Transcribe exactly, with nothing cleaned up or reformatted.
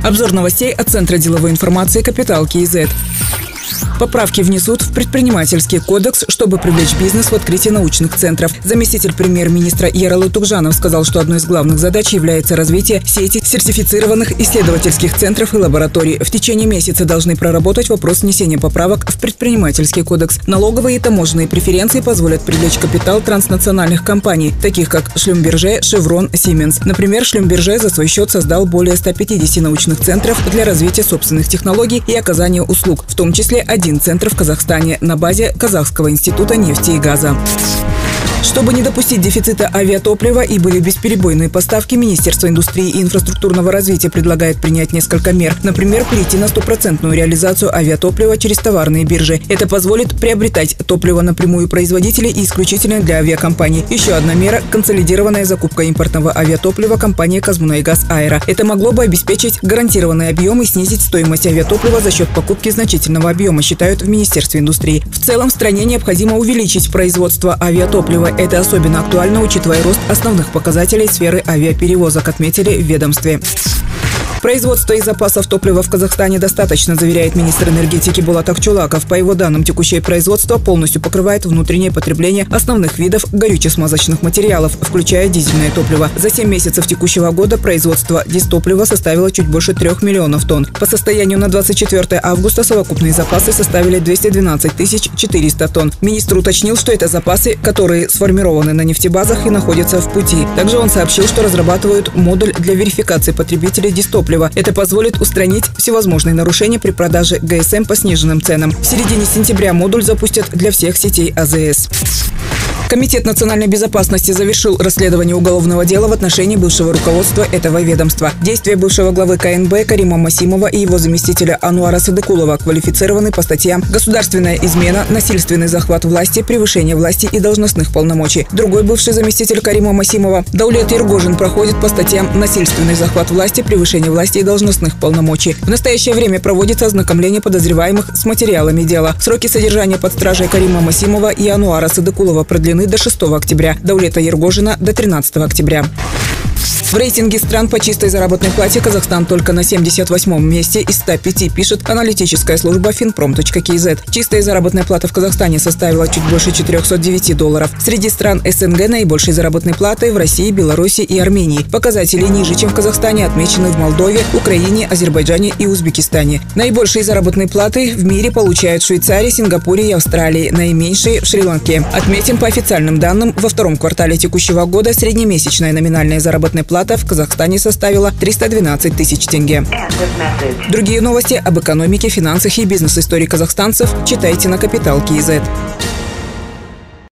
Обзор новостей от Центра деловой информации «Капитал КИЗ». Поправки внесут в предпринимательский кодекс, чтобы привлечь бизнес в открытие научных центров. Заместитель премьер-министра Ералы Тугжанов сказал, что одной из главных задач является развитие сети сертифицированных исследовательских центров и лабораторий. В течение месяца должны проработать вопрос внесения поправок в предпринимательский кодекс. Налоговые и таможенные преференции позволят привлечь капитал транснациональных компаний, таких как Шлюмберже, Шеврон, Сименс. Например, Шлюмберже за свой счет создал более ста пятидесяти научных центров для развития собственных технологий и оказания услуг, в том числе один центр в Казахстане на базе Казахского института нефти и газа. Чтобы не допустить дефицита авиатоплива и были бесперебойные поставки, Министерство индустрии и инфраструктурного развития предлагает принять несколько мер. Например, перейти на стопроцентную реализацию авиатоплива через товарные биржи. Это позволит приобретать топливо напрямую производителей и исключительно для авиакомпаний. Еще одна мера – консолидированная закупка импортного авиатоплива компании «Казмунайгаз Аэро». Это могло бы обеспечить гарантированный объем и снизить стоимость авиатоплива за счет покупки значительного объема, считают в Министерстве индустрии. В целом, в стране необходимо увеличить производство авиатоплива. Это особенно актуально, учитывая рост основных показателей сферы авиаперевозок, отметили в ведомстве. Производства и запасов топлива в Казахстане достаточно, заверяет министр энергетики Булат Акчулаков. По его данным, текущее производство полностью покрывает внутреннее потребление основных видов горюче-смазочных материалов, включая дизельное топливо. За семь месяцев текущего года производство дистоплива составило чуть больше трех миллионов тонн. По состоянию на двадцать четвёртое августа совокупные запасы составили двести двенадцать тысяч четыреста тонн. Министр уточнил, что это запасы, которые сформированы на нефтебазах и находятся в пути. Также он сообщил, что разрабатывают модуль для верификации потребителей дистоплива. Это позволит устранить всевозможные нарушения при продаже ГСМ по сниженным ценам. В середине сентября модуль запустят для всех сетей АЗС. Комитет национальной безопасности завершил расследование уголовного дела в отношении бывшего руководства этого ведомства. Действия бывшего главы КНБ Карима Масимова и его заместителя Ануара Садыкулова квалифицированы по статьям «Государственная измена», «Насильственный захват власти», «Превышение власти и должностных полномочий». Другой бывший заместитель Карима Масимова Даулет Иргожин проходит по статьям «Насильственный захват власти», «Превышение власти и должностных полномочий». В настоящее время проводится ознакомление подозреваемых с материалами дела. Сроки содержания под стражей Карима Масимова и Ануара Садыкулова продлены до шестого октября, Даулета Ергожина до тринадцатого октября. В рейтинге стран по чистой заработной плате Казахстан только на семьдесят восьмом месте из ста пяти, пишет аналитическая служба финпром точка кз. Чистая заработная плата в Казахстане составила чуть больше четырёхсот девяти долларов. Среди стран СНГ наибольшей заработной платой в России, Беларуси и Армении. Показатели ниже, чем в Казахстане, отмечены в Молдове, Украине, Азербайджане и Узбекистане. Наибольшие заработные платы в мире получают в Швейцарии, Сингапуре и Австралии, наименьшие в Шри-Ланке. Отметим, по официальным данным, во втором квартале текущего года среднемесячная номинальная заработная плата в Казахстане составила триста двенадцать тысяч тенге. Другие новости об экономике, финансах и бизнес-истории казахстанцев читайте на Капитал КИЗ.